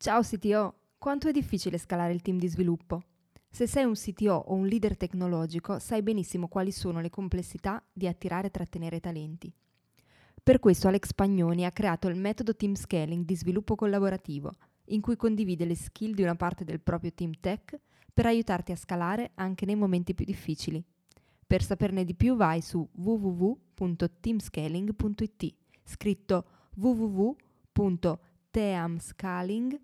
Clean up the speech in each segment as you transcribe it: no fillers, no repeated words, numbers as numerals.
Ciao CTO, quanto è difficile scalare il team di sviluppo? Se sei un CTO o un leader tecnologico, sai benissimo quali sono le complessità di attirare e trattenere talenti. Per questo Alex Pagnoni ha creato il metodo Team Scaling di sviluppo collaborativo, in cui condivide le skill di una parte del proprio team tech per aiutarti a scalare anche nei momenti più difficili. Per saperne di più vai su www.teamscaling.it, scritto www.teamscaling.it.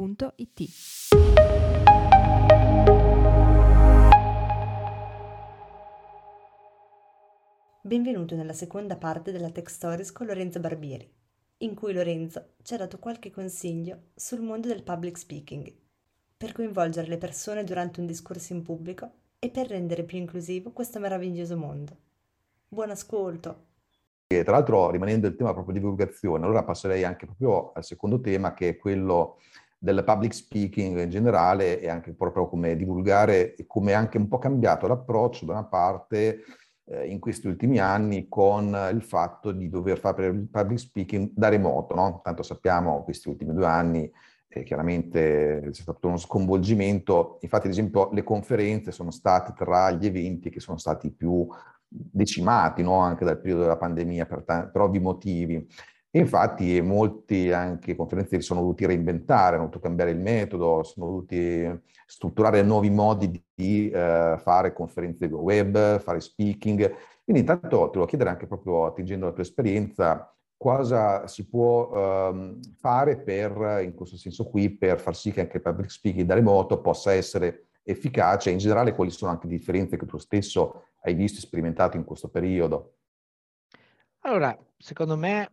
Benvenuto nella seconda parte della Tech Stories con Lorenzo Barbieri, in cui Lorenzo ci ha dato qualche consiglio sul mondo del public speaking, per coinvolgere le persone durante un discorso in pubblico e per rendere più inclusivo questo meraviglioso mondo. Buon ascolto! E tra l'altro, rimanendo il tema proprio divulgazione, allora passerei anche proprio al secondo tema, che è quello del public speaking in generale e anche proprio come divulgare e come anche un po' cambiato l'approccio da una parte in questi ultimi anni con il fatto di dover fare il public speaking da remoto, no? Tanto sappiamo questi ultimi 2 anni chiaramente c'è stato uno sconvolgimento. Infatti, ad esempio, le conferenze sono state tra gli eventi che sono stati più decimati, no? Anche dal periodo della pandemia per ovvi motivi. E infatti molti anche conferenzieri sono dovuti reinventare, hanno dovuto cambiare il metodo, sono dovuti strutturare nuovi modi di fare conferenze web, fare speaking. Quindi intanto te lo volevo chiedere anche proprio attingendo alla tua esperienza, cosa si può fare per, in questo senso qui, per far sì che anche il public speaking da remoto possa essere efficace, e in generale quali sono anche le differenze che tu stesso hai visto e sperimentato in questo periodo? Allora, secondo me,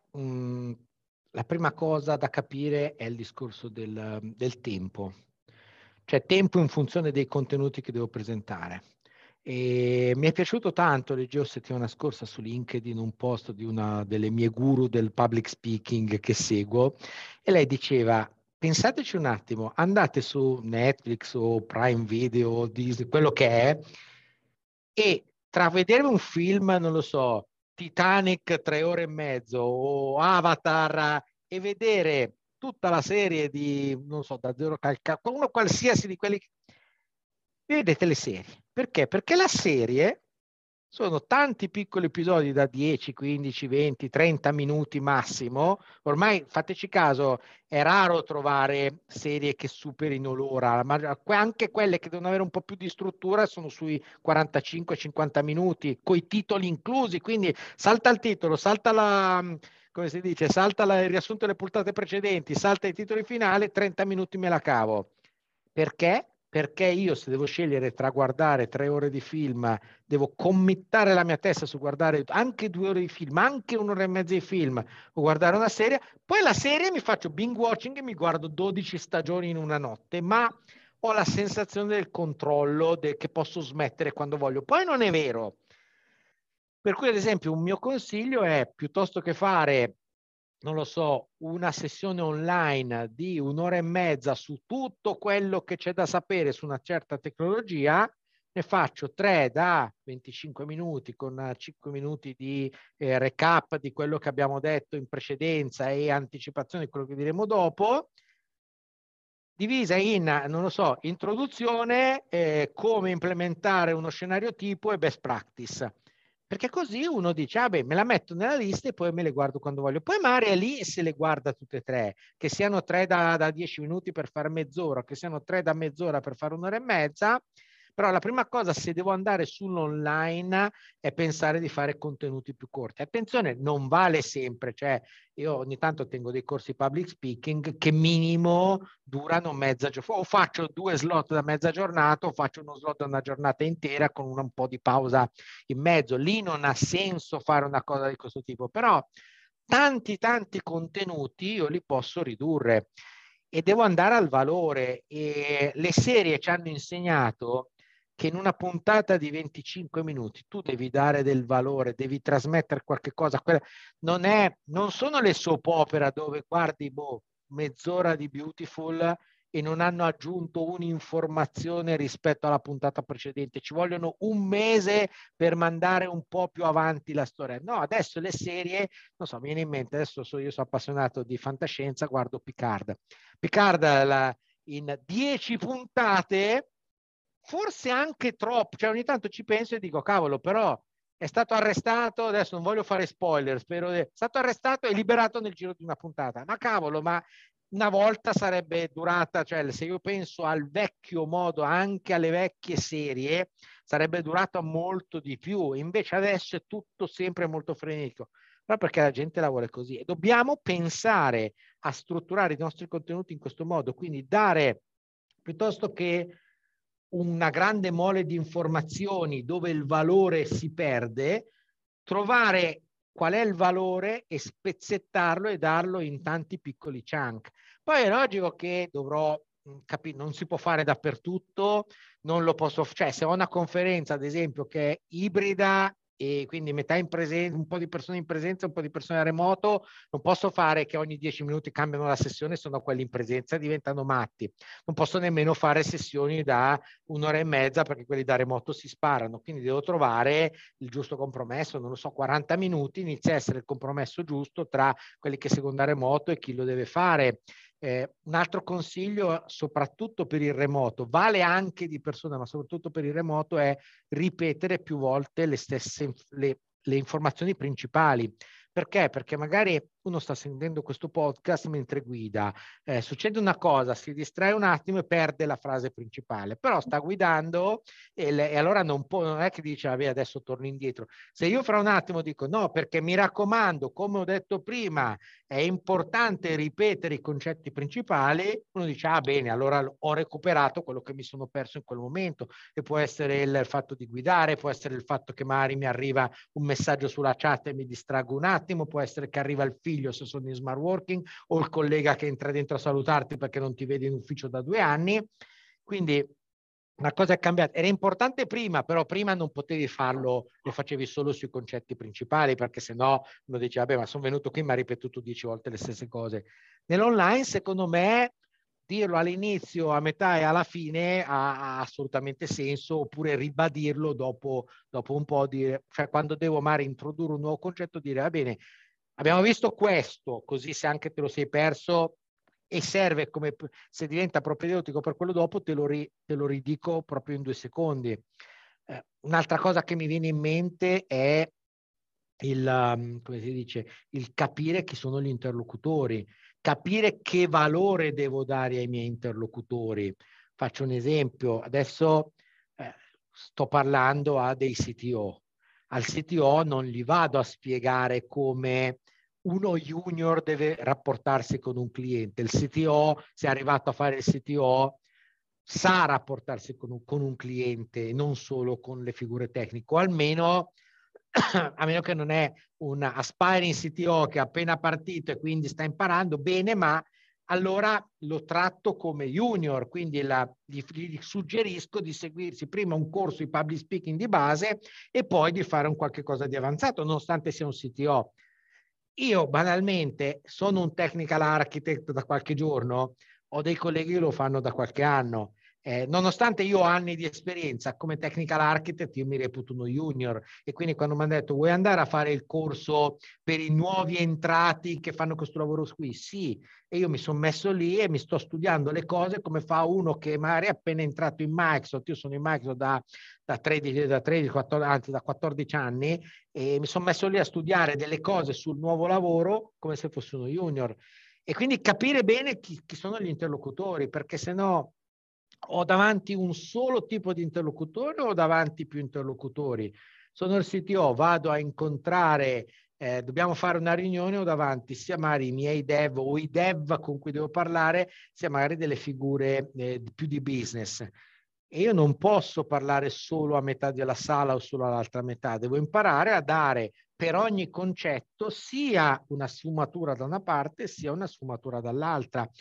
la prima cosa da capire è il discorso del tempo, cioè tempo in funzione dei contenuti che devo presentare. E mi è piaciuto tanto, leggevo settimana scorsa su LinkedIn un post di una delle mie guru del public speaking che seguo, e lei diceva: pensateci un attimo, andate su Netflix o Prime Video, Disney, quello che è, e tra vedere un film, non lo so, Titanic 3 ore e mezzo o Avatar, e vedere tutta la serie di, non so, da zero uno qualsiasi di quelli, vi vedete le serie. Perché? Perché la serie sono tanti piccoli episodi da 10, 15, 20, 30 minuti massimo. Ormai fateci caso, è raro trovare serie che superino l'ora, ma anche quelle che devono avere un po' più di struttura sono sui 45-50 minuti, coi titoli inclusi, quindi salta il titolo, salta come si dice, il riassunto delle puntate precedenti, salta i titoli finali, 30 minuti me la cavo. Perché? Perché io, se devo scegliere tra guardare 3 ore di film, devo committare la mia testa su guardare anche 2 ore di film, anche un'ora e mezza di film, o guardare una serie. Poi la serie mi faccio binge watching e mi guardo 12 stagioni in una notte, ma ho la sensazione del controllo che posso smettere quando voglio. Poi non è vero. Per cui, ad esempio, un mio consiglio è, piuttosto che fare, non lo so, una sessione online di un'ora e mezza su tutto quello che c'è da sapere su una certa tecnologia, ne faccio 3 da 25 minuti con 5 minuti di recap di quello che abbiamo detto in precedenza e anticipazione di quello che diremo dopo, divisa in, non lo so, introduzione, come implementare uno scenario tipo e best practice. Perché così uno dice, ah beh, me la metto nella lista e poi me le guardo quando voglio. Poi magari è lì e se le guarda tutte e tre, che siano 3 da 10 minuti per fare mezz'ora, che siano 3 da mezz'ora per fare un'ora e mezza. Però la prima cosa, se devo andare sull'online, è pensare di fare contenuti più corti. Attenzione, non vale sempre, cioè io ogni tanto tengo dei corsi public speaking che minimo durano mezza giornata, o faccio 2 slot da mezza giornata o faccio uno slot da una giornata intera con un po' di pausa in mezzo. Lì non ha senso fare una cosa di questo tipo, però tanti contenuti io li posso ridurre e devo andare al valore, e le serie ci hanno insegnato che in una puntata di 25 minuti tu devi dare del valore, devi trasmettere qualche cosa. Non sono le soap opera dove guardi mezz'ora di Beautiful e non hanno aggiunto un'informazione rispetto alla puntata precedente, ci vogliono un mese per mandare un po' più avanti la storia. No, adesso le serie, non so, mi viene in mente, adesso io sono appassionato di fantascienza, guardo Picard. Picard in 10 puntate, forse anche troppo, cioè ogni tanto ci penso e dico, cavolo, però è stato arrestato, adesso non voglio fare spoiler, è stato arrestato e liberato nel giro di una puntata. Ma cavolo, ma una volta sarebbe durata, cioè se io penso al vecchio modo, anche alle vecchie serie, sarebbe durata molto di più. Invece adesso è tutto sempre molto frenetico, ma perché la gente la vuole così. E dobbiamo pensare a strutturare i nostri contenuti in questo modo, quindi dare, piuttosto che una grande mole di informazioni dove il valore si perde, trovare qual è il valore e spezzettarlo e darlo in tanti piccoli chunk. Poi è logico che dovrò capire, non si può fare dappertutto, non lo posso, cioè se ho una conferenza ad esempio che è ibrida e quindi metà in presenza, un po' di persone in presenza, un po' di persone a remoto, non posso fare che ogni 10 minuti cambiano la sessione, sono quelli in presenza e diventano matti. Non posso nemmeno fare sessioni da 1 ora e mezza perché quelli da remoto si sparano, quindi devo trovare il giusto compromesso, non lo so, 40 minuti inizia a essere il compromesso giusto tra quelli che seguono da remoto e chi lo deve fare. Un altro consiglio, soprattutto per il remoto, vale anche di persona, ma soprattutto per il remoto, è ripetere più volte le stesse le informazioni principali. Perché? Perché magari uno sta sentendo questo podcast mentre guida, succede una cosa, si distrae un attimo e perde la frase principale, però sta guidando e allora non è che dice vabbè adesso torno indietro. Se io fra un attimo dico no, perché mi raccomando, come ho detto prima, è importante ripetere i concetti principali, uno dice ah bene, allora ho recuperato quello che mi sono perso in quel momento, e può essere il fatto di guidare, può essere il fatto che magari mi arriva un messaggio sulla chat e mi distraggo un attimo, può essere che arriva il figlio se sono in smart working o il collega che entra dentro a salutarti perché non ti vede in ufficio da 2 anni. Quindi una cosa è cambiata, era importante prima, però prima non potevi farlo, lo facevi solo sui concetti principali, perché sennò uno dice vabbè ma sono venuto qui ma ha ripetuto 10 volte le stesse cose. Nell'online secondo me dirlo all'inizio, a metà e alla fine ha assolutamente senso, oppure ribadirlo dopo un po', cioè quando devo magari introdurre un nuovo concetto, dire va bene, abbiamo visto questo, così se anche te lo sei perso e serve come se diventa propedeutico per quello dopo, te lo ridico proprio in 2 secondi. Un'altra cosa che mi viene in mente è come si dice, il capire chi sono gli interlocutori, capire che valore devo dare ai miei interlocutori. Faccio un esempio, adesso sto parlando a dei CTO. Al CTO non gli vado a spiegare come uno junior deve rapportarsi con un cliente. Il CTO, se è arrivato a fare il CTO, sa rapportarsi con un cliente, non solo con le figure tecniche, o almeno a meno che non è un aspiring CTO che è appena partito e quindi sta imparando bene, ma allora lo tratto come junior, quindi gli suggerisco di seguirsi prima un corso di public speaking di base e poi di fare un qualche cosa di avanzato, nonostante sia un CTO. Io banalmente sono un technical architect da qualche giorno, ho dei colleghi che lo fanno da qualche anno. Nonostante io ho anni di esperienza come technical architect, io mi reputo uno junior, e quindi quando mi hanno detto vuoi andare a fare il corso per i nuovi entrati che fanno questo lavoro qui? Sì, e io mi sono messo lì e mi sto studiando le cose come fa uno che magari è appena entrato in Microsoft. Io sono in Microsoft da 13, 14, anzi da 14 anni, e mi sono messo lì a studiare delle cose sul nuovo lavoro come se fossi uno junior. E quindi capire bene chi sono gli interlocutori, perché se no ho davanti un solo tipo di interlocutore o ho davanti più interlocutori. Sono il CTO, vado a incontrare, dobbiamo fare una riunione, ho davanti sia magari i miei dev o i dev con cui devo parlare, sia magari delle figure più di business. E io non posso parlare solo a metà della sala o solo all'altra metà, devo imparare a dare per ogni concetto sia una sfumatura da una parte sia una sfumatura dall'altra.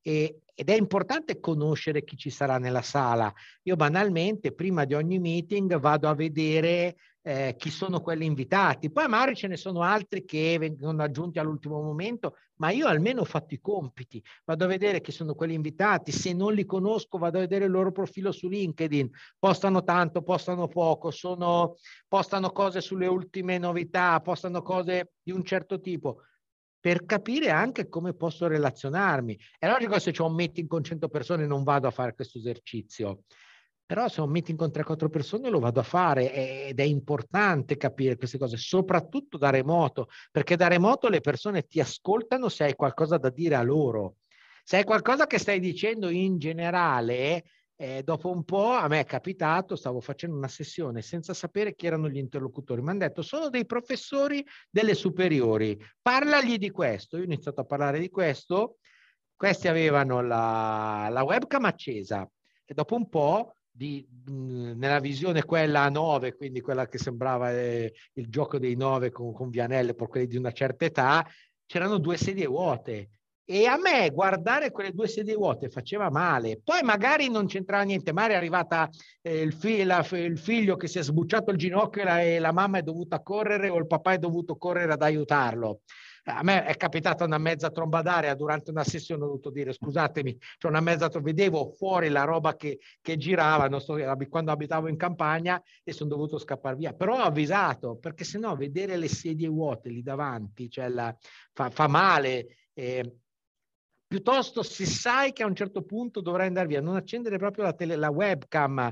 ed è importante conoscere chi ci sarà nella sala. Io banalmente prima di ogni meeting vado a vedere chi sono quelli invitati, poi magari ce ne sono altri che vengono aggiunti all'ultimo momento, ma io almeno ho fatto i compiti, vado a vedere chi sono quelli invitati, se non li conosco vado a vedere il loro profilo su LinkedIn, postano tanto, postano poco, postano cose sulle ultime novità, postano cose di un certo tipo, per capire anche come posso relazionarmi. È logico che se c'ho un meeting con 100 persone non vado a fare questo esercizio, però se ho un meeting con 3-4 persone lo vado a fare ed è importante capire queste cose, soprattutto da remoto, perché da remoto le persone ti ascoltano se hai qualcosa da dire a loro. Se hai qualcosa che stai dicendo in generale, dopo un po' a me è capitato, stavo facendo una sessione senza sapere chi erano gli interlocutori, mi hanno detto sono dei professori delle superiori, parlagli di questo. Io ho iniziato a parlare di questo, questi avevano la webcam accesa e dopo un po' nella visione quella a 9, quindi quella che sembrava il gioco dei 9 con Vianello per quelli di una certa età, c'erano 2 sedie vuote. E a me guardare quelle 2 sedie vuote faceva male. Poi magari non c'entrava niente, magari è arrivata il figlio che si è sbucciato il ginocchio e la mamma è dovuta correre o il papà è dovuto correre ad aiutarlo. A me è capitata una mezza tromba d'aria durante una sessione, ho dovuto dire scusatemi, c'è una mezza tromba, vedevo fuori la roba che girava quando abitavo in campagna e sono dovuto scappare via. Però ho avvisato, perché sennò vedere le sedie vuote lì davanti fa male. Piuttosto se sai che a un certo punto dovrai andare via, non accendere proprio la webcam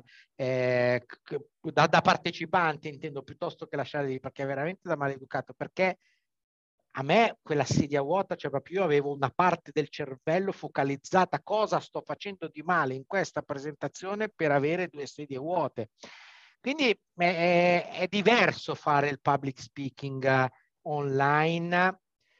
da partecipante, intendo, piuttosto che lasciare lì, perché è veramente da maleducato, perché a me quella sedia vuota, cioè proprio io avevo una parte del cervello focalizzata, cosa sto facendo di male in questa presentazione per avere 2 sedie vuote. Quindi è diverso fare il public speaking online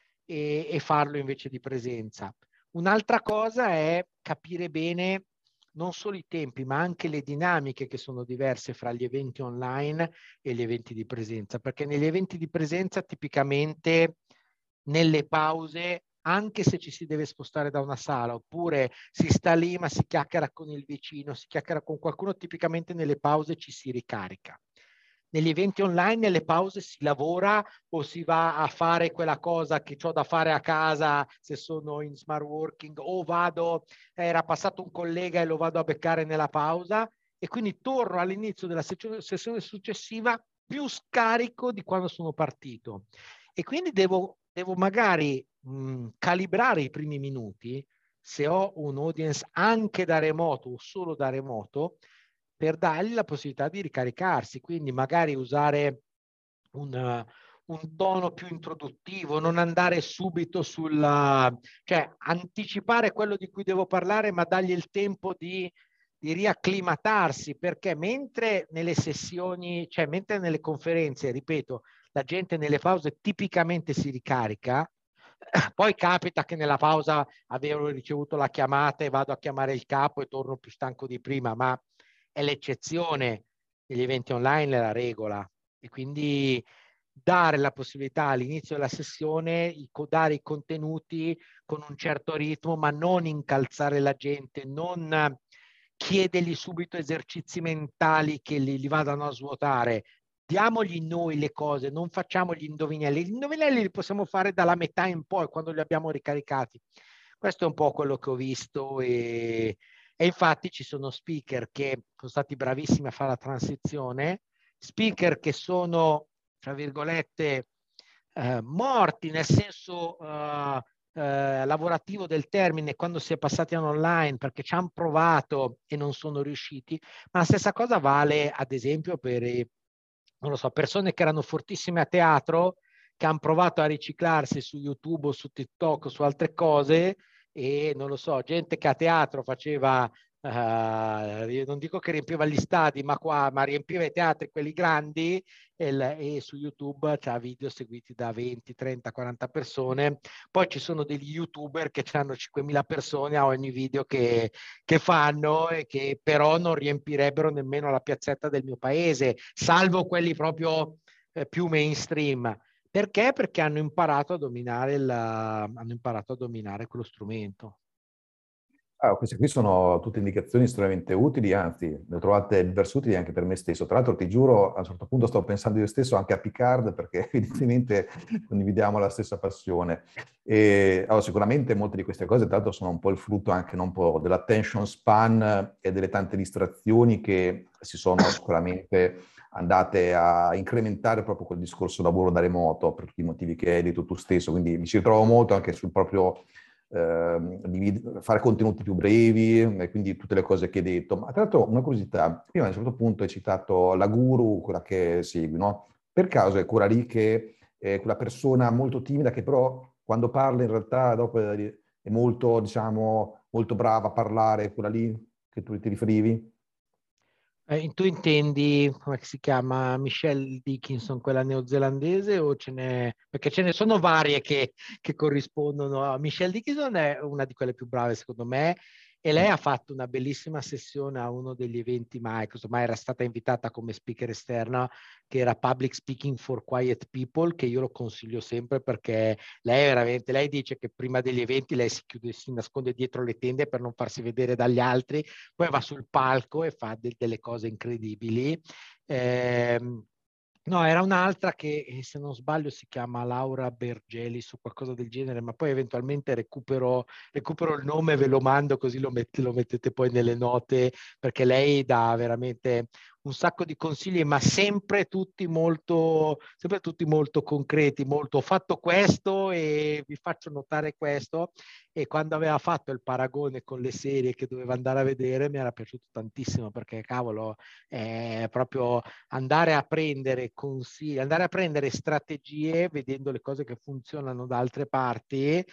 e farlo invece di presenza. Un'altra cosa è capire bene non solo i tempi, ma anche le dinamiche che sono diverse fra gli eventi online e gli eventi di presenza, perché negli eventi di presenza tipicamente nelle pause, anche se ci si deve spostare da una sala, oppure si sta lì ma si chiacchiera con il vicino, si chiacchiera con qualcuno, tipicamente nelle pause ci si ricarica. Negli eventi online, nelle pause si lavora o si va a fare quella cosa che ho da fare a casa se sono in smart working, o era passato un collega e lo vado a beccare nella pausa e quindi torno all'inizio della sessione successiva più scarico di quando sono partito. E quindi devo magari calibrare i primi minuti, se ho un audience anche da remoto o solo da remoto, per dargli la possibilità di ricaricarsi, quindi magari usare un tono più introduttivo, non andare subito cioè anticipare quello di cui devo parlare, ma dargli il tempo di riacclimatarsi, perché mentre nelle sessioni, cioè mentre nelle conferenze, ripeto, la gente nelle pause tipicamente si ricarica, poi capita che nella pausa avevo ricevuto la chiamata e vado a chiamare il capo e torno più stanco di prima, ma è l'eccezione, negli eventi online è la regola. E quindi dare la possibilità all'inizio della sessione, dare i contenuti con un certo ritmo, ma non incalzare la gente, non chiedergli subito esercizi mentali che li vadano a svuotare. Diamogli noi le cose, non facciamo gli indovinelli. Gli indovinelli li possiamo fare dalla metà in poi, quando li abbiamo ricaricati. Questo è un po' quello che ho visto e infatti ci sono speaker che sono stati bravissimi a fare la transizione, speaker che sono, tra virgolette, morti nel senso lavorativo del termine quando si è passati all'online perché ci hanno provato e non sono riusciti, ma la stessa cosa vale ad esempio per non lo so, persone che erano fortissime a teatro, che hanno provato a riciclarsi su YouTube o su TikTok o su altre cose e non lo so, gente che a teatro faceva, non dico che riempiva gli stadi, ma riempiva i teatri, quelli grandi, e su YouTube c'ha video seguiti da 20, 30, 40 persone. Poi ci sono degli YouTuber che hanno 5.000 persone a ogni video che fanno e che però non riempirebbero nemmeno la piazzetta del mio paese, salvo quelli proprio più mainstream. Perché? Perché hanno imparato a dominare quello strumento. Queste qui sono tutte indicazioni estremamente utili, anzi, le ho trovate diverse utili anche per me stesso. Tra l'altro, ti giuro, a un certo punto stavo pensando io stesso anche a Picard, perché evidentemente condividiamo la stessa passione. Sicuramente molte di queste cose, tra l'altro, sono un po' il frutto anche un po' dell'attention span e delle tante distrazioni che si sono sicuramente andate a incrementare proprio quel discorso lavoro da remoto, per tutti i motivi che hai detto tu stesso. Quindi mi ci ritrovo molto anche sul proprio di fare contenuti più brevi, e quindi tutte le cose che hai detto. Ma tra l'altro una curiosità, prima a un certo punto hai citato la guru, quella che segui, no? Per caso è quella lì che è quella persona molto timida che però quando parla in realtà dopo è molto, diciamo, molto brava a parlare, quella lì che tu ti riferivi? Tu intendi, come si chiama, Michelle Dickinson, quella neozelandese, o ce n'è? Perché ce ne sono varie che corrispondono a Michelle Dickinson, è una di quelle più brave secondo me, e lei ha fatto una bellissima sessione a uno degli eventi Microsoft, ma era stata invitata come speaker esterna, che era Public Speaking for Quiet People, che io lo consiglio sempre perché lei veramente, lei dice che prima degli eventi lei si chiude, si nasconde dietro le tende per non farsi vedere dagli altri, poi va sul palco e fa delle cose incredibili. No, era un'altra che, se non sbaglio, si chiama Laura Bergelis o qualcosa del genere, ma poi eventualmente recupero il nome, ve lo mando così lo mettete poi nelle note, perché lei dà veramente un sacco di consigli, ma sempre tutti molto concreti, molto ho fatto questo e vi faccio notare questo. E quando aveva fatto il paragone con le serie che doveva andare a vedere, mi era piaciuto tantissimo, perché cavolo, è proprio andare a prendere consigli, andare a prendere strategie vedendo le cose che funzionano da altre parti.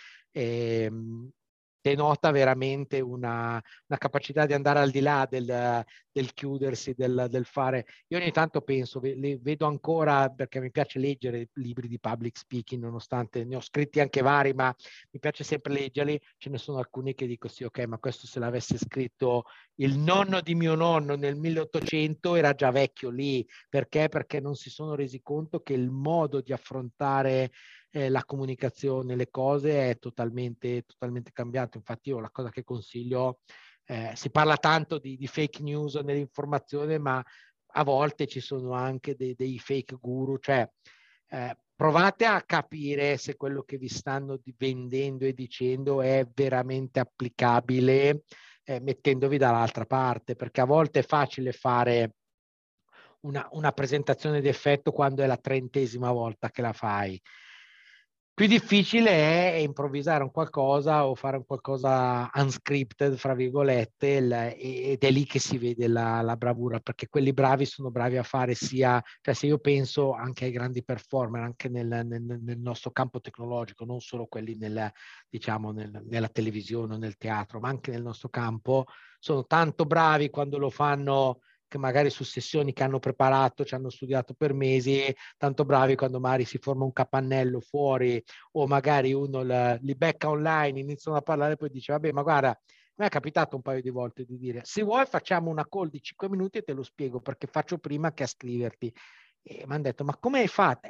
Denota veramente una capacità di andare al di là del chiudersi, del fare. Io ogni tanto penso, vedo ancora, perché mi piace leggere libri di public speaking, nonostante ne ho scritti anche vari, ma mi piace sempre leggerli. Ce ne sono alcuni che dico sì, ok, ma questo se l'avesse scritto il nonno di mio nonno nel 1800 era già vecchio lì. Perché? Perché non si sono resi conto che il modo di affrontare la comunicazione, le cose è totalmente cambiato. Infatti io la cosa che consiglio, si parla tanto di fake news nell'informazione, ma a volte ci sono anche dei fake guru, cioè provate a capire se quello che vi stanno vendendo e dicendo è veramente applicabile, mettendovi dall'altra parte, perché a volte è facile fare una presentazione d'effetto quando è la 30ª volta che la fai. Più difficile è improvvisare un qualcosa o fare un qualcosa unscripted, fra virgolette, ed è lì che si vede la bravura, perché quelli bravi sono bravi a fare sia, cioè se io penso anche ai grandi performer, anche nel nostro campo tecnologico, non solo quelli diciamo, nella televisione o nel teatro, ma anche nel nostro campo, sono tanto bravi quando lo fanno, che magari su sessioni che hanno preparato, ci hanno studiato per mesi, tanto bravi quando magari si forma un capannello fuori, o magari uno li becca online, iniziano a parlare e poi dice vabbè, ma guarda, a me è capitato un paio di volte di dire se vuoi facciamo una call di 5 minuti e te lo spiego perché faccio prima che a scriverti. E mi hanno detto ma come hai fatto?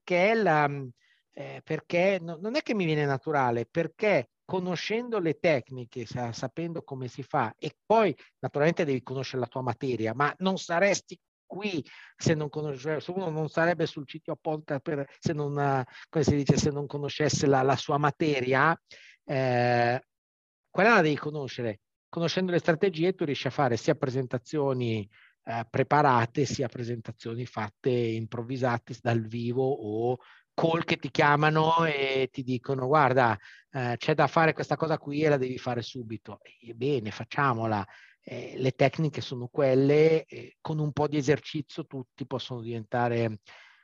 Perché non è che mi viene naturale, perché conoscendo le tecniche, sapendo come si fa, e poi naturalmente devi conoscere la tua materia, ma non saresti qui se non conoscesse, uno non sarebbe sul sito podcast se non, come si dice, se non conoscesse la sua materia. Quella la devi conoscere. Conoscendo le strategie tu riesci a fare sia presentazioni preparate, sia presentazioni fatte improvvisate dal vivo, o call che ti chiamano e ti dicono guarda, c'è da fare questa cosa qui e la devi fare subito. Bene, facciamola. Le tecniche sono quelle, con un po' di esercizio tutti possono diventare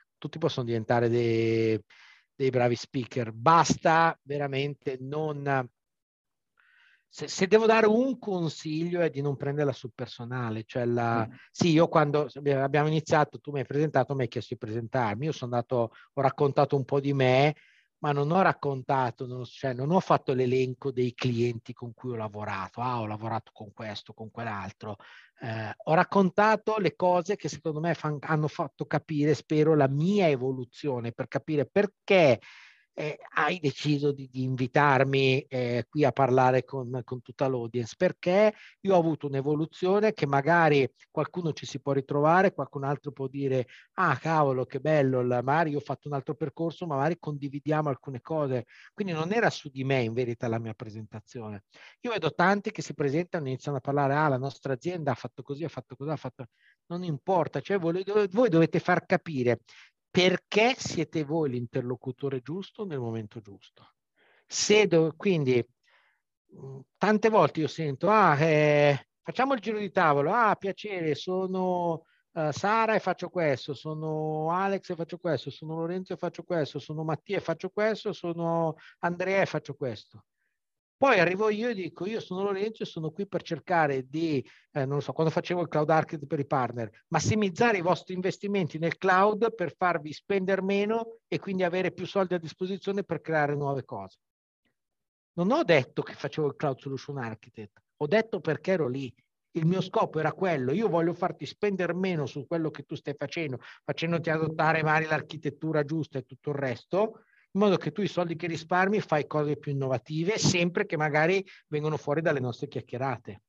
dei bravi speaker. Basta veramente non... Se devo dare un consiglio è di non prenderla sul personale, cioè sì, io quando abbiamo iniziato, tu mi hai presentato, mi hai chiesto di presentarmi, io sono andato, ho raccontato un po' di me, ma non ho raccontato, cioè non ho fatto l'elenco dei clienti con cui ho lavorato, ho lavorato con questo, con quell'altro, ho raccontato le cose che secondo me hanno fatto capire, spero, la mia evoluzione, per capire perché hai deciso di invitarmi qui a parlare con tutta l'audience, perché io ho avuto un'evoluzione che magari qualcuno ci si può ritrovare, qualcun altro può dire ah cavolo che bello, magari io ho fatto un altro percorso, magari condividiamo alcune cose, quindi non era su di me in verità la mia presentazione. Io vedo tanti che si presentano e iniziano a parlare ah la nostra azienda ha fatto così, ha fatto così, ha fatto... Non importa, cioè voi dovete far capire perché siete voi l'interlocutore giusto nel momento giusto. Quindi tante volte io sento, facciamo il giro di tavolo, piacere, sono Sara e faccio questo, sono Alex e faccio questo, sono Lorenzo e faccio questo, sono Mattia e faccio questo, sono Andrea e faccio questo. Poi arrivo io e dico, io sono Lorenzo e sono qui per cercare di, non lo so, quando facevo il cloud architect per i partner, massimizzare i vostri investimenti nel cloud per farvi spendere meno e quindi avere più soldi a disposizione per creare nuove cose. Non ho detto che facevo il cloud solution architect, ho detto perché ero lì. Il mio scopo era quello, io voglio farti spendere meno su quello che tu stai facendo, facendoti adottare magari l'architettura giusta e tutto il resto, in modo che tu i soldi che risparmi fai cose più innovative, sempre che magari vengono fuori dalle nostre chiacchierate.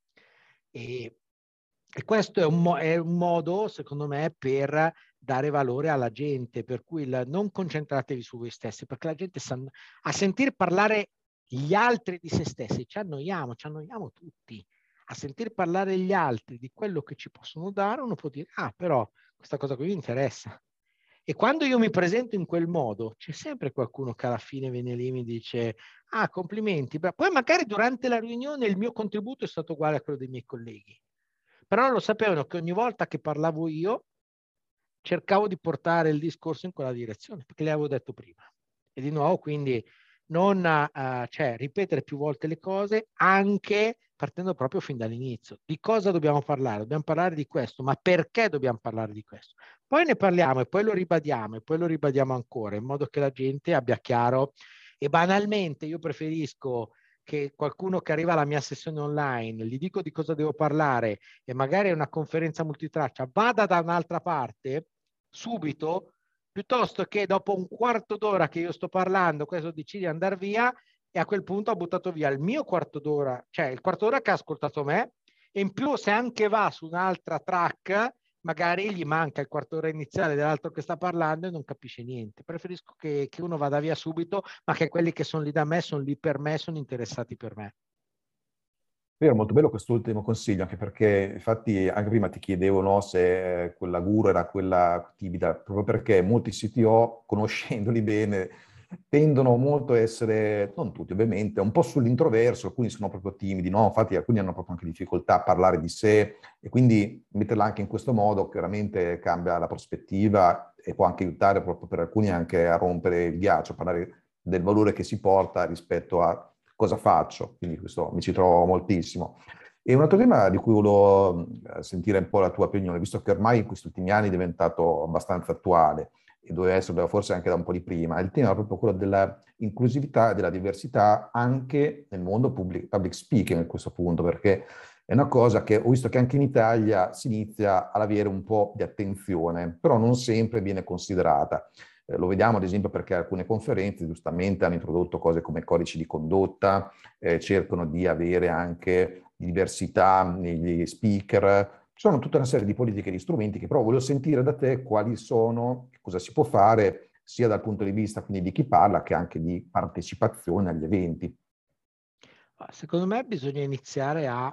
E questo è un modo, secondo me, per dare valore alla gente, per cui non concentratevi su voi stessi, perché la gente a sentir parlare gli altri di se stessi ci annoiamo tutti. A sentir parlare gli altri di quello che ci possono dare, uno può dire, però questa cosa qui mi interessa. E quando io mi presento in quel modo, c'è sempre qualcuno che alla fine viene lì e mi dice, complimenti. Poi magari durante la riunione il mio contributo è stato uguale a quello dei miei colleghi. Però lo sapevano che ogni volta che parlavo io, cercavo di portare il discorso in quella direzione, perché le avevo detto prima. E di nuovo, quindi, non ripetere più volte le cose, anche partendo proprio fin dall'inizio. Di cosa dobbiamo parlare? Dobbiamo parlare di questo, ma perché dobbiamo parlare di questo? Poi ne parliamo e poi lo ribadiamo e poi lo ribadiamo ancora, in modo che la gente abbia chiaro. E banalmente io preferisco che qualcuno che arriva alla mia sessione online, gli dico di cosa devo parlare e magari è una conferenza multitraccia, vada da un'altra parte subito, piuttosto che dopo un quarto d'ora che io sto parlando, questo decide di andare via e a quel punto ho buttato via il mio quarto d'ora, cioè il quarto d'ora che ha ascoltato me, e in più se anche va su un'altra track, magari gli manca il quarto d'ora iniziale dell'altro che sta parlando e non capisce niente. Preferisco che uno vada via subito, ma che quelli che sono lì da me sono lì per me, sono interessati per me. Vero, molto bello quest'ultimo consiglio, anche perché infatti anche prima ti chiedevo no, se quella guru era quella timida, proprio perché molti CTO, conoscendoli bene, tendono molto a essere, non tutti ovviamente, un po' sull'introverso, alcuni sono proprio timidi, no? Infatti alcuni hanno proprio anche difficoltà a parlare di sé e quindi metterla anche in questo modo chiaramente cambia la prospettiva e può anche aiutare proprio per alcuni anche a rompere il ghiaccio, a parlare del valore che si porta rispetto a cosa faccio, quindi questo mi ci trovo moltissimo. E un altro tema di cui volevo sentire un po' la tua opinione, visto che ormai in questi ultimi anni è diventato abbastanza attuale e doveva essere forse anche da un po' di prima, il tema è proprio quello della inclusività e della diversità anche nel mondo public speaking a questo punto, perché è una cosa che ho visto che anche in Italia si inizia ad avere un po' di attenzione, però non sempre viene considerata. Lo vediamo ad esempio perché alcune conferenze giustamente hanno introdotto cose come codici di condotta, cercano di avere anche diversità negli speaker. Ci sono tutta una serie di politiche e di strumenti che però voglio sentire da te quali sono, cosa si può fare sia dal punto di vista quindi di chi parla che anche di partecipazione agli eventi. Secondo me bisogna iniziare a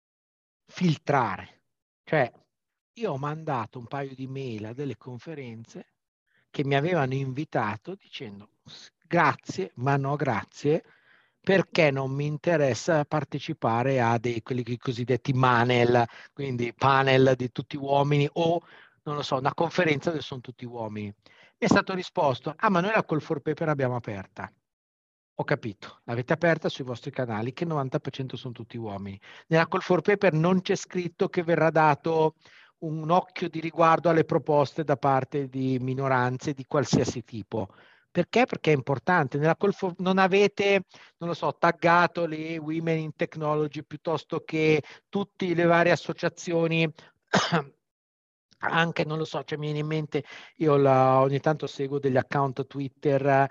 filtrare. Cioè, io ho mandato un paio di mail a delle conferenze che mi avevano invitato dicendo grazie, ma no grazie, perché non mi interessa partecipare a quelli cosiddetti manel, quindi panel di tutti uomini o, non lo so, una conferenza dove sono tutti uomini. Mi è stato risposto, ma noi la call for paper l'abbiamo aperta. Ho capito, l'avete aperta sui vostri canali che il 90% sono tutti uomini. Nella call for paper non c'è scritto che verrà dato un occhio di riguardo alle proposte da parte di minoranze di qualsiasi tipo. Perché? Perché è importante. Nella call for non avete, non lo so, taggato le Women in Technology piuttosto che tutte le varie associazioni anche, non lo so, cioè mi viene in mente, io ogni tanto seguo degli account Twitter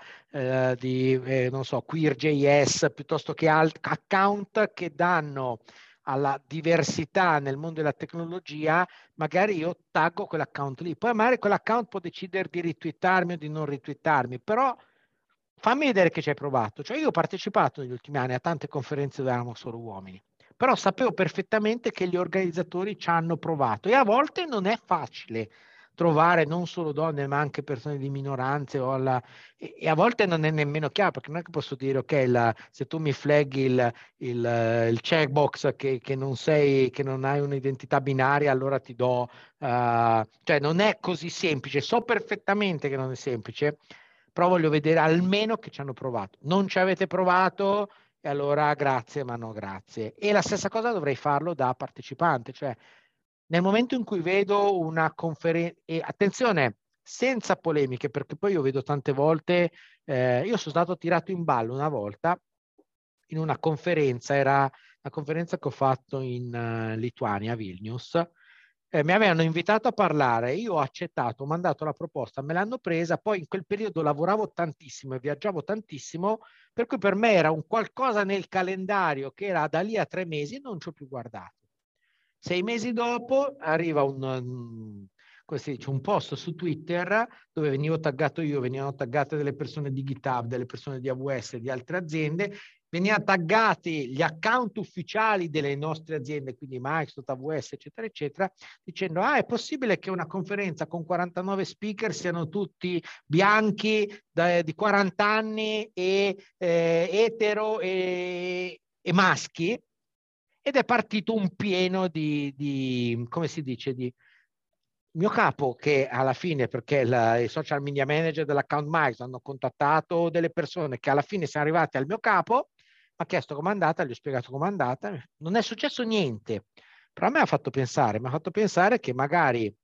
non so, Queer.js, piuttosto che account che danno alla diversità nel mondo della tecnologia. Magari io taggo quell'account lì, poi magari quell'account può decidere di retweetarmi o di non retweetarmi, però fammi vedere che ci hai provato. Cioè io ho partecipato negli ultimi anni a tante conferenze dove eravamo solo uomini, però sapevo perfettamente che gli organizzatori ci hanno provato, e a volte non è facile trovare non solo donne ma anche persone di minoranze e a volte non è nemmeno chiaro, perché non è che posso dire ok, se tu mi flaghi il checkbox che non hai un'identità binaria, allora ti do cioè non è così semplice. So perfettamente che non è semplice, però voglio vedere almeno che ci hanno provato. Non ci avete provato, e allora grazie, ma no grazie. E la stessa cosa dovrei farlo da partecipante, cioè nel momento in cui vedo una conferenza, e attenzione, senza polemiche, perché poi io vedo tante volte, io sono stato tirato in ballo una volta in una conferenza, era la conferenza che ho fatto in Lituania, a Vilnius. Mi avevano invitato a parlare, io ho accettato, ho mandato la proposta, me l'hanno presa, poi in quel periodo lavoravo tantissimo e viaggiavo tantissimo, per cui per me era un qualcosa nel calendario che era da lì a 3 mesi, non ci ho più guardato. 6 mesi dopo arriva un post su Twitter dove venivo taggato io, venivano taggate delle persone di GitHub, delle persone di AWS, di altre aziende, venivano taggati gli account ufficiali delle nostre aziende, quindi Microsoft, AWS, eccetera, eccetera, dicendo è possibile che una conferenza con 49 speaker siano tutti bianchi di 40 anni e etero e maschi? Ed è partito un pieno di come si dice, di mio capo, che alla fine, perché i social media manager dell'account Microsoft hanno contattato delle persone che alla fine sono arrivate al mio capo, mi ha chiesto com'è andata, gli ho spiegato com'è andata, non è successo niente, però a me mi ha fatto pensare che magari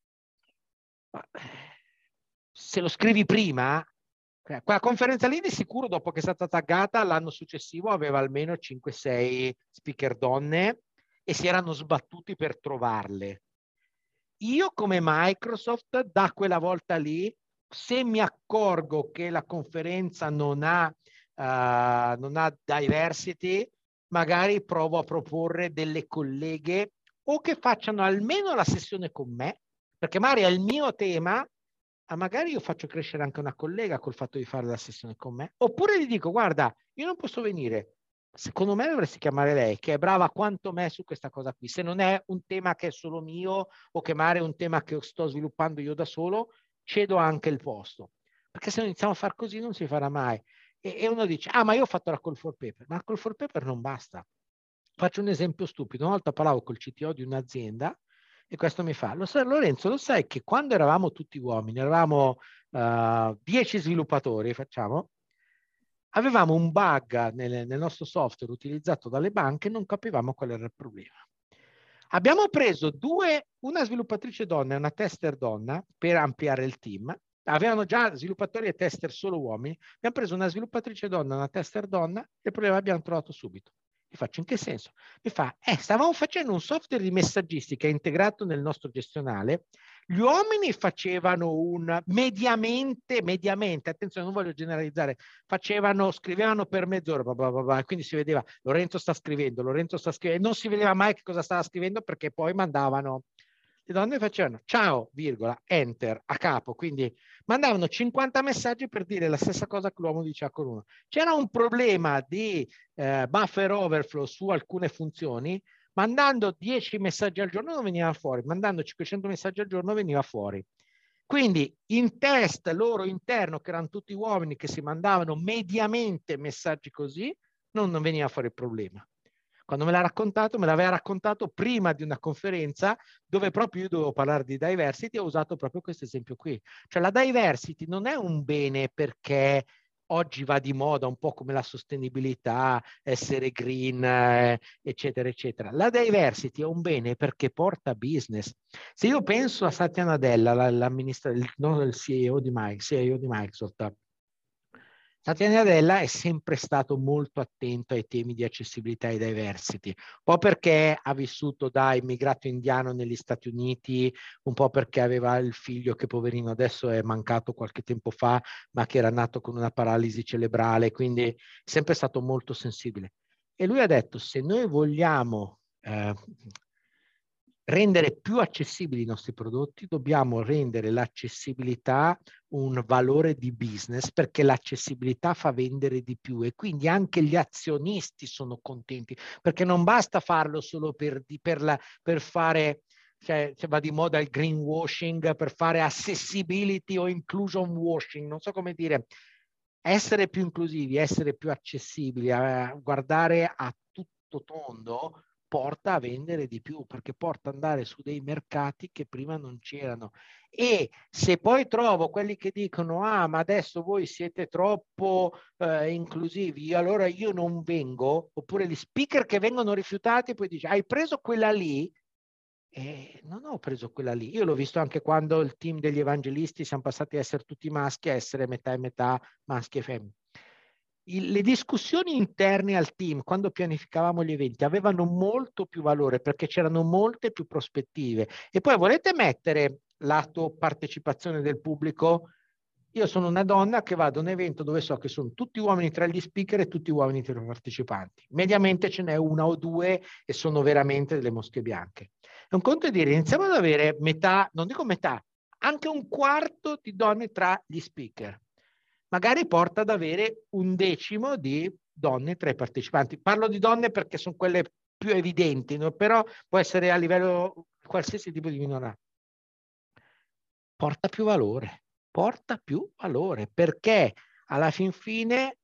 se lo scrivi prima, quella conferenza lì di sicuro dopo che è stata taggata l'anno successivo aveva almeno 5-6 speaker donne e si erano sbattuti per trovarle. Io come Microsoft da quella volta lì, se mi accorgo che la conferenza non ha diversity, magari provo a proporre delle colleghe o che facciano almeno la sessione con me, perché magari è il mio tema, magari io faccio crescere anche una collega col fatto di fare la sessione con me, oppure gli dico guarda, io non posso venire, secondo me dovresti chiamare lei che è brava quanto me su questa cosa qui, se non è un tema che è solo mio o che magari è un tema che sto sviluppando io da solo, cedo anche il posto, perché se non iniziamo a far così non si farà mai. E uno dice ma io ho fatto la call for paper, ma la call for paper non basta. Faccio un esempio stupido, una volta parlavo col CTO di un'azienda e questo mi fa, Lorenzo, lo sai che quando eravamo tutti uomini, eravamo 10 sviluppatori, avevamo un bug nel nostro software utilizzato dalle banche e non capivamo qual era il problema. Abbiamo preso una sviluppatrice donna e una tester donna per ampliare il team. Avevano già sviluppatori e tester solo uomini. Abbiamo preso una sviluppatrice donna e una tester donna e il problema l'abbiamo trovato subito. Mi faccio, in che senso? Mi fa, stavamo facendo un software di messaggistica integrato nel nostro gestionale. Gli uomini facevano mediamente, attenzione, non voglio generalizzare, scrivevano per mezz'ora, quindi si vedeva Lorenzo sta scrivendo, non si vedeva mai che cosa stava scrivendo perché poi mandavano, le donne facevano ciao, virgola, enter, a capo, quindi mandavano 50 messaggi per dire la stessa cosa che l'uomo diceva con uno. C'era un problema di buffer overflow su alcune funzioni, mandando 10 messaggi al giorno non veniva fuori, mandando 500 messaggi al giorno veniva fuori. Quindi in test loro interno, che erano tutti uomini che si mandavano mediamente messaggi così, non veniva fuori il problema. Quando me l'aveva raccontato prima di una conferenza dove proprio io dovevo parlare di diversity, ho usato proprio questo esempio qui. Cioè la diversity non è un bene perché oggi va di moda, un po' come la sostenibilità, essere green, eccetera, eccetera. La diversity è un bene perché porta business. Se io penso a Satya Nadella, il CEO di Microsoft, Satya Nadella è sempre stato molto attento ai temi di accessibilità e diversity, un po' perché ha vissuto da immigrato indiano negli Stati Uniti, un po' perché aveva il figlio che poverino adesso è mancato qualche tempo fa, ma che era nato con una paralisi cerebrale, quindi è sempre stato molto sensibile. E lui ha detto, se noi vogliamo rendere più accessibili i nostri prodotti, dobbiamo rendere l'accessibilità un valore di business, perché l'accessibilità fa vendere di più e quindi anche gli azionisti sono contenti, perché non basta farlo solo per fare, cioè va di moda il greenwashing, per fare accessibility o inclusion washing, non so come dire, essere più inclusivi, essere più accessibili, guardare a tutto tondo porta a vendere di più, perché porta ad andare su dei mercati che prima non c'erano. E se poi trovo quelli che dicono ma adesso voi siete troppo inclusivi, allora io non vengo, oppure gli speaker che vengono rifiutati, poi dice hai preso quella lì? Non ho preso quella lì. Io l'ho visto anche quando il team degli evangelisti siamo passati a essere tutti maschi a essere metà e metà, maschi e femmine. Le discussioni interne al team, quando pianificavamo gli eventi, avevano molto più valore perché c'erano molte più prospettive. E poi volete mettere lato partecipazione del pubblico? Io sono una donna che vado a un evento dove so che sono tutti uomini tra gli speaker e tutti uomini tra i partecipanti. Mediamente ce n'è una o due e sono veramente delle mosche bianche. È un conto di dire, iniziamo ad avere metà, non dico metà, anche un quarto di donne tra gli speaker. Magari porta ad avere 1/10 di donne tra i partecipanti. Parlo di donne perché sono quelle più evidenti, no? Però può essere a livello qualsiasi tipo di minoranza. Porta più valore, perché alla fin fine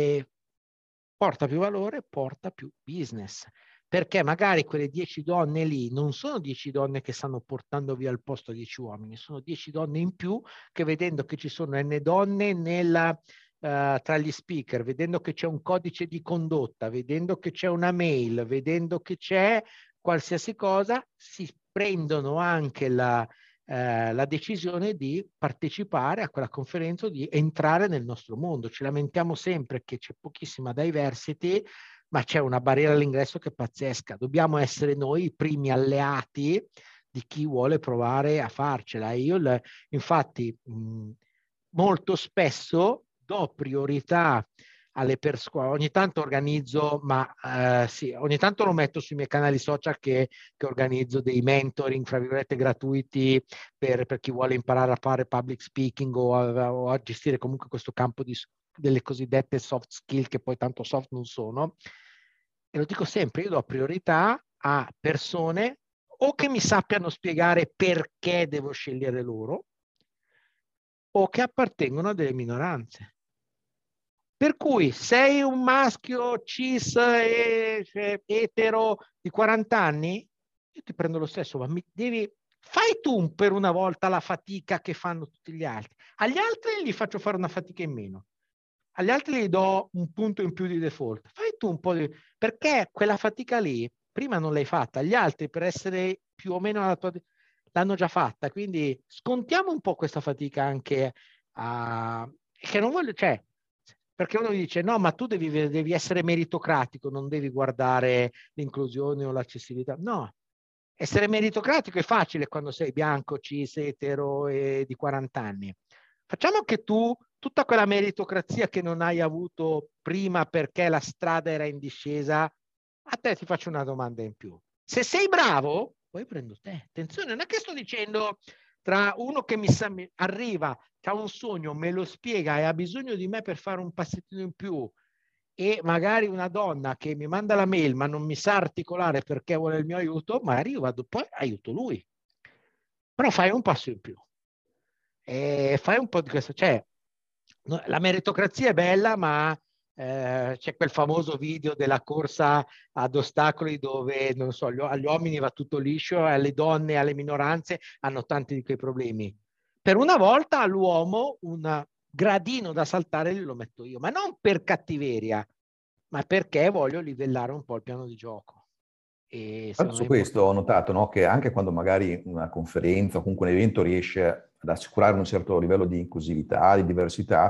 porta più valore, porta più business. Perché magari quelle 10 donne lì non sono 10 donne che stanno portando via il posto a 10 uomini, sono 10 donne in più che vedendo che ci sono N donne tra gli speaker, vedendo che c'è un codice di condotta, vedendo che c'è una mail, vedendo che c'è qualsiasi cosa, si prendono anche la decisione di partecipare a quella conferenza, di entrare nel nostro mondo. Ci lamentiamo sempre che c'è pochissima diversity, ma c'è una barriera all'ingresso che è pazzesca. Dobbiamo essere noi i primi alleati di chi vuole provare a farcela. Infatti, molto spesso do priorità alle persone, ogni tanto organizzo, sì, ogni tanto lo metto sui miei canali social che organizzo dei mentoring, fra virgolette, gratuiti per chi vuole imparare a fare public speaking o a gestire comunque questo campo delle cosiddette soft skill che poi tanto soft non sono. E lo dico sempre, io do priorità a persone o che mi sappiano spiegare perché devo scegliere loro o che appartengono a delle minoranze. Per cui sei un maschio cis etero di 40 anni, io ti prendo lo stesso, ma fai tu per una volta la fatica che fanno tutti gli altri. Agli altri gli faccio fare una fatica in meno. Agli altri gli do un punto in più di default. Fai tu un po' perché quella fatica lì prima non l'hai fatta, gli altri per essere più o meno alla tua l'hanno già fatta, quindi scontiamo un po' questa fatica anche che non voglio, cioè, perché uno dice no, ma tu devi essere meritocratico, non devi guardare l'inclusione o l'accessibilità. No, essere meritocratico è facile quando sei bianco, cis, etero e di 40 anni. Facciamo che tu, tutta quella meritocrazia che non hai avuto prima perché la strada era in discesa, a te ti faccio una domanda in più. Se sei bravo, poi prendo te. Attenzione, non è che sto dicendo tra uno che mi arriva, che ha un sogno, me lo spiega e ha bisogno di me per fare un passettino in più, e magari una donna che mi manda la mail ma non mi sa articolare perché vuole il mio aiuto, magari io vado poi aiuto lui. Però fai un passo in più e fai un po' di questo. Cioè, la meritocrazia è bella, ma c'è quel famoso video della corsa ad ostacoli dove, non so, agli uomini va tutto liscio, alle donne, alle minoranze hanno tanti di quei problemi. Per una volta all'uomo un gradino da saltare lo metto io, ma non per cattiveria, ma perché voglio livellare un po' il piano di gioco. E Su questo ho notato, no, che anche quando magari una conferenza o comunque un evento riesce ad assicurare un certo livello di inclusività, di diversità,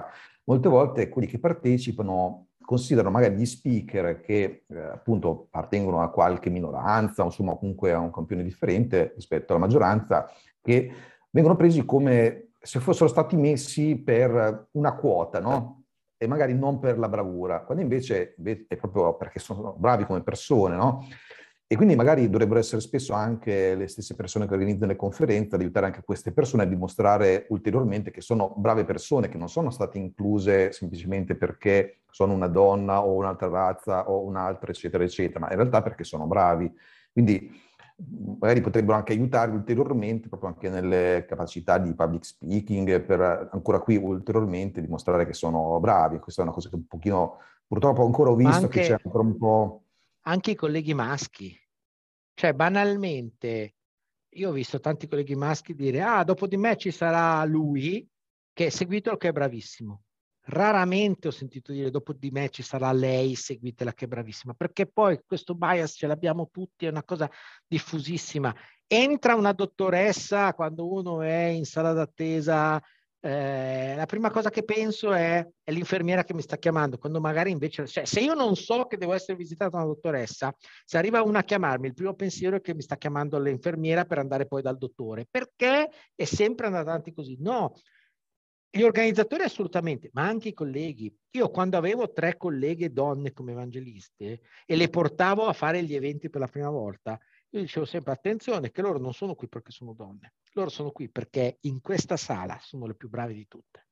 molte volte quelli che partecipano considerano magari gli speaker che appunto appartengono a qualche minoranza, insomma comunque a un campione differente rispetto alla maggioranza, che vengono presi come se fossero stati messi per una quota, no? E magari non per la bravura, quando invece è proprio perché sono bravi come persone, no? E quindi magari dovrebbero essere spesso anche le stesse persone che organizzano le conferenze ad aiutare anche queste persone a dimostrare ulteriormente che sono brave persone, che non sono state incluse semplicemente perché sono una donna o un'altra razza o un'altra, eccetera, eccetera, ma in realtà perché sono bravi. Quindi magari potrebbero anche aiutarli ulteriormente proprio anche nelle capacità di public speaking per ancora qui ulteriormente dimostrare che sono bravi. Questa è una cosa che un pochino, purtroppo ancora ho visto che c'è ancora un po'... Anche i colleghi maschi. Cioè, banalmente, io ho visto tanti colleghi maschi dire, dopo di me ci sarà lui, che è seguitelo, che è bravissimo. Raramente ho sentito dire, dopo di me ci sarà lei, seguitela, che è bravissima. Perché poi questo bias ce l'abbiamo tutti, è una cosa diffusissima. Entra una dottoressa quando uno è in sala d'attesa, la prima cosa che penso è l'infermiera che mi sta chiamando, quando magari invece, cioè, se io non so che devo essere visitata da una dottoressa, se arriva una a chiamarmi, il primo pensiero è che mi sta chiamando l'infermiera per andare poi dal dottore, perché è sempre andato avanti così. No, gli organizzatori assolutamente, ma anche i colleghi. Io quando avevo 3 colleghe donne come evangeliste e le portavo a fare gli eventi per la prima volta, io dicevo sempre attenzione che loro non sono qui perché sono donne, loro sono qui perché in questa sala sono le più brave di tutte.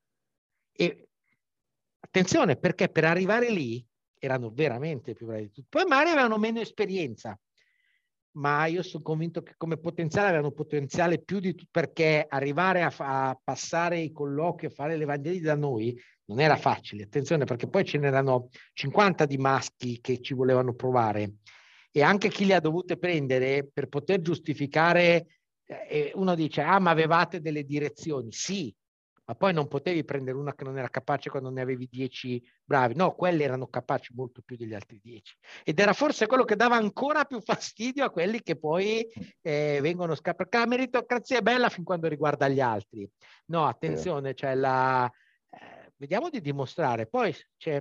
E attenzione, perché per arrivare lì erano veramente più bravi di tutti. Poi magari avevano meno esperienza, ma io sono convinto che come potenziale avevano potenziale più di tutto, perché arrivare a passare i colloqui, a fare le evangeli da noi non era facile. Attenzione, perché poi ce n'erano 50 di maschi che ci volevano provare e anche chi li ha dovute prendere per poter giustificare. Uno dice, ma avevate delle direzioni? Sì, ma poi non potevi prendere una che non era capace quando ne avevi 10 bravi. No, quelli erano capaci molto più degli altri 10. Ed era forse quello che dava ancora più fastidio a quelli che poi vengono scappati. Perché la meritocrazia è bella fin quando riguarda gli altri. No, attenzione, cioè vediamo di dimostrare. Poi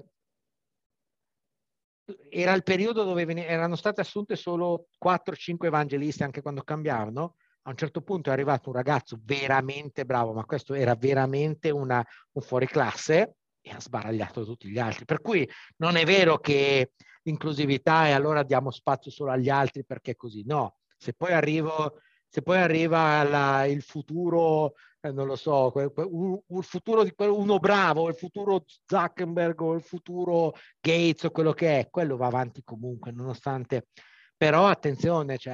era il periodo dove erano state assunte solo 4-5 evangelisti anche quando cambiavano. A un certo punto è arrivato un ragazzo veramente bravo, ma questo era veramente un fuoriclasse e ha sbaragliato tutti gli altri. Per cui non è vero che l'inclusività e allora diamo spazio solo agli altri perché così. No, se poi arriva il futuro, non lo so, il futuro di uno bravo, il futuro Zuckerberg o il futuro Gates o quello che è, quello va avanti comunque, nonostante. Però attenzione, cioè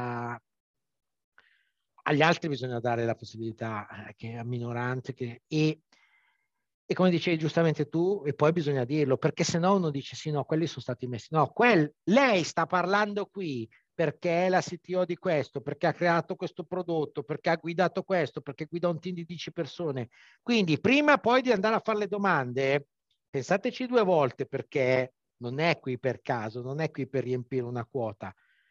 agli altri bisogna dare la possibilità che a minoranze e come dicevi giustamente tu, e poi bisogna dirlo, perché se no uno dice sì, no, quelli sono stati messi. No, lei sta parlando qui perché è la CTO di questo, perché ha creato questo prodotto, perché ha guidato questo, perché guida un team di 10 persone. Quindi prima poi di andare a fare le domande, pensateci 2 volte, perché non è qui per caso, non è qui per riempire una quota.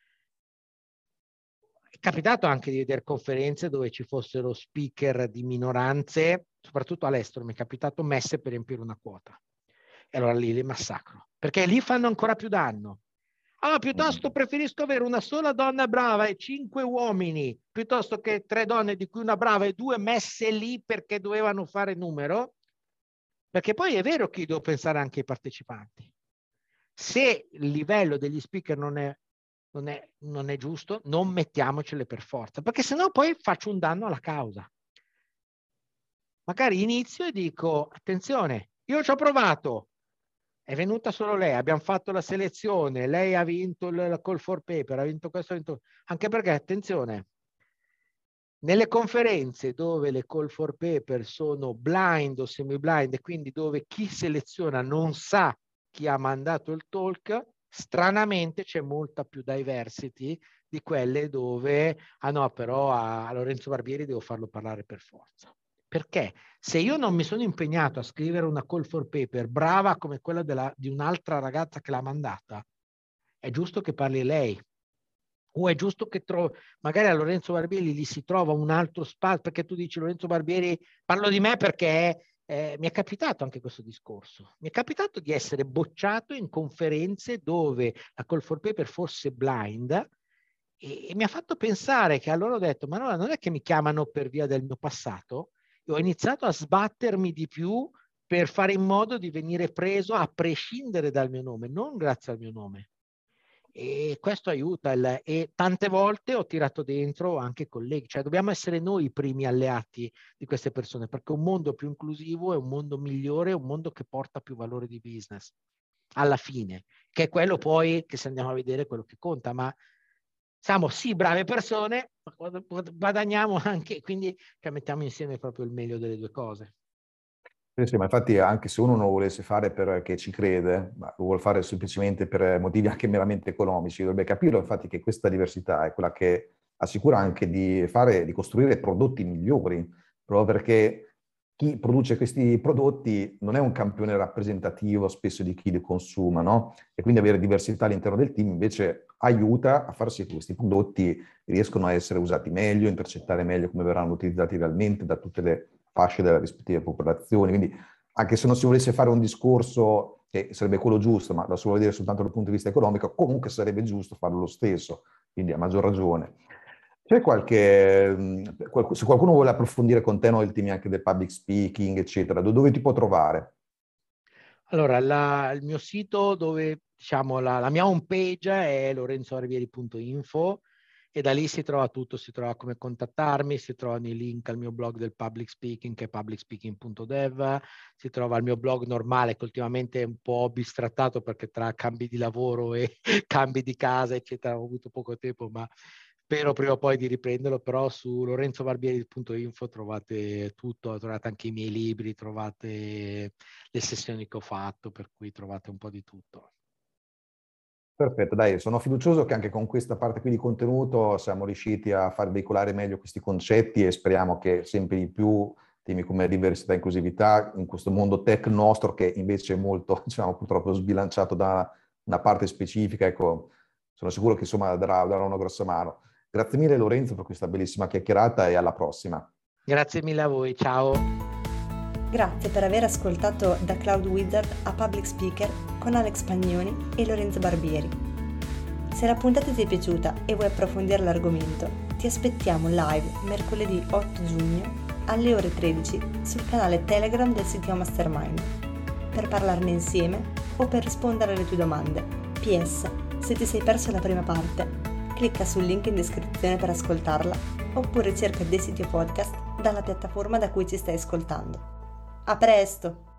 È capitato anche di vedere conferenze dove ci fossero speaker di minoranze, soprattutto all'estero, mi è capitato messe per riempire una quota. E allora lì li massacro, perché lì fanno ancora più danno. Piuttosto preferisco avere una sola donna brava e 5 uomini, piuttosto che 3 donne di cui una brava e 2 messe lì perché dovevano fare numero, perché poi è vero che io devo pensare anche ai partecipanti. Se il livello degli speaker non è giusto, non mettiamocele per forza, perché sennò poi faccio un danno alla causa. Magari inizio e dico, attenzione, io ci ho provato, è venuta solo lei, abbiamo fatto la selezione, lei ha vinto il call for paper, ha vinto questo, anche perché, attenzione, nelle conferenze dove le call for paper sono blind o semi-blind e quindi dove chi seleziona non sa chi ha mandato il talk, stranamente c'è molta più diversity di quelle dove, no, però a Lorenzo Barbieri devo farlo parlare per forza. Perché se io non mi sono impegnato a scrivere una call for paper brava come quella di un'altra ragazza che l'ha mandata, è giusto che parli lei. O è giusto che magari a Lorenzo Barbieri gli si trova un altro spazio, perché tu dici Lorenzo Barbieri, parlo di me perché mi è capitato anche questo discorso. Mi è capitato di essere bocciato in conferenze dove la call for paper fosse blind e mi ha fatto pensare che allora ho detto, ma no, non è che mi chiamano per via del mio passato, io ho iniziato a sbattermi di più per fare in modo di venire preso a prescindere dal mio nome, non grazie al mio nome. E questo aiuta e tante volte ho tirato dentro anche colleghi, cioè dobbiamo essere noi i primi alleati di queste persone, perché un mondo più inclusivo è un mondo migliore, è un mondo che porta più valore di business alla fine, che è quello poi che se andiamo a vedere quello che conta, ma siamo sì brave persone, ma guadagniamo anche, quindi cioè, mettiamo insieme proprio il meglio delle due cose. Sì, ma infatti anche se uno non lo volesse fare perché ci crede, ma lo vuole fare semplicemente per motivi anche meramente economici, dovrebbe capire infatti che questa diversità è quella che assicura anche di costruire prodotti migliori, proprio perché chi produce questi prodotti non è un campione rappresentativo spesso di chi li consuma, no? E quindi avere diversità all'interno del team invece aiuta a far sì che questi prodotti riescono a essere usati meglio, intercettare meglio come verranno utilizzati realmente da tutte le fasce delle rispettive popolazioni. Quindi anche se non si volesse fare un discorso che sarebbe quello giusto, ma da solo vedere soltanto dal punto di vista economico, comunque sarebbe giusto farlo lo stesso, quindi a maggior ragione. C'è se qualcuno vuole approfondire con te il tema anche del public speaking, eccetera, dove ti può trovare? Allora, il mio sito dove, diciamo, la mia home page è lorenzoarvieri.info e da lì si trova tutto, si trova come contattarmi, si trovano i link al mio blog del public speaking che è publicspeaking.dev, si trova il mio blog normale che ultimamente è un po' bistrattato perché tra cambi di lavoro e cambi di casa, eccetera, ho avuto poco tempo, ma spero prima o poi di riprenderlo, però su lorenzobarbieri.info trovate tutto, trovate anche i miei libri, trovate le sessioni che ho fatto, per cui trovate un po' di tutto. Perfetto, dai, sono fiducioso che anche con questa parte qui di contenuto siamo riusciti a far veicolare meglio questi concetti e speriamo che sempre di più temi come diversità e inclusività in questo mondo tech nostro che invece è molto, diciamo, purtroppo sbilanciato da una parte specifica, ecco, sono sicuro che insomma darà una grossa mano. Grazie mille Lorenzo per questa bellissima chiacchierata e alla prossima. Grazie mille a voi, ciao! Grazie per aver ascoltato Da Cloud Wizard a Public Speaker con Alex Pagnoni e Lorenzo Barbieri. Se la puntata ti è piaciuta e vuoi approfondire l'argomento, ti aspettiamo live mercoledì 8 giugno alle ore 13 sul canale Telegram del sito Mastermind per parlarne insieme o per rispondere alle tue domande. PS, se ti sei perso la prima parte, clicca sul link in descrizione per ascoltarla oppure cerca dei siti o podcast dalla piattaforma da cui ci stai ascoltando. A presto!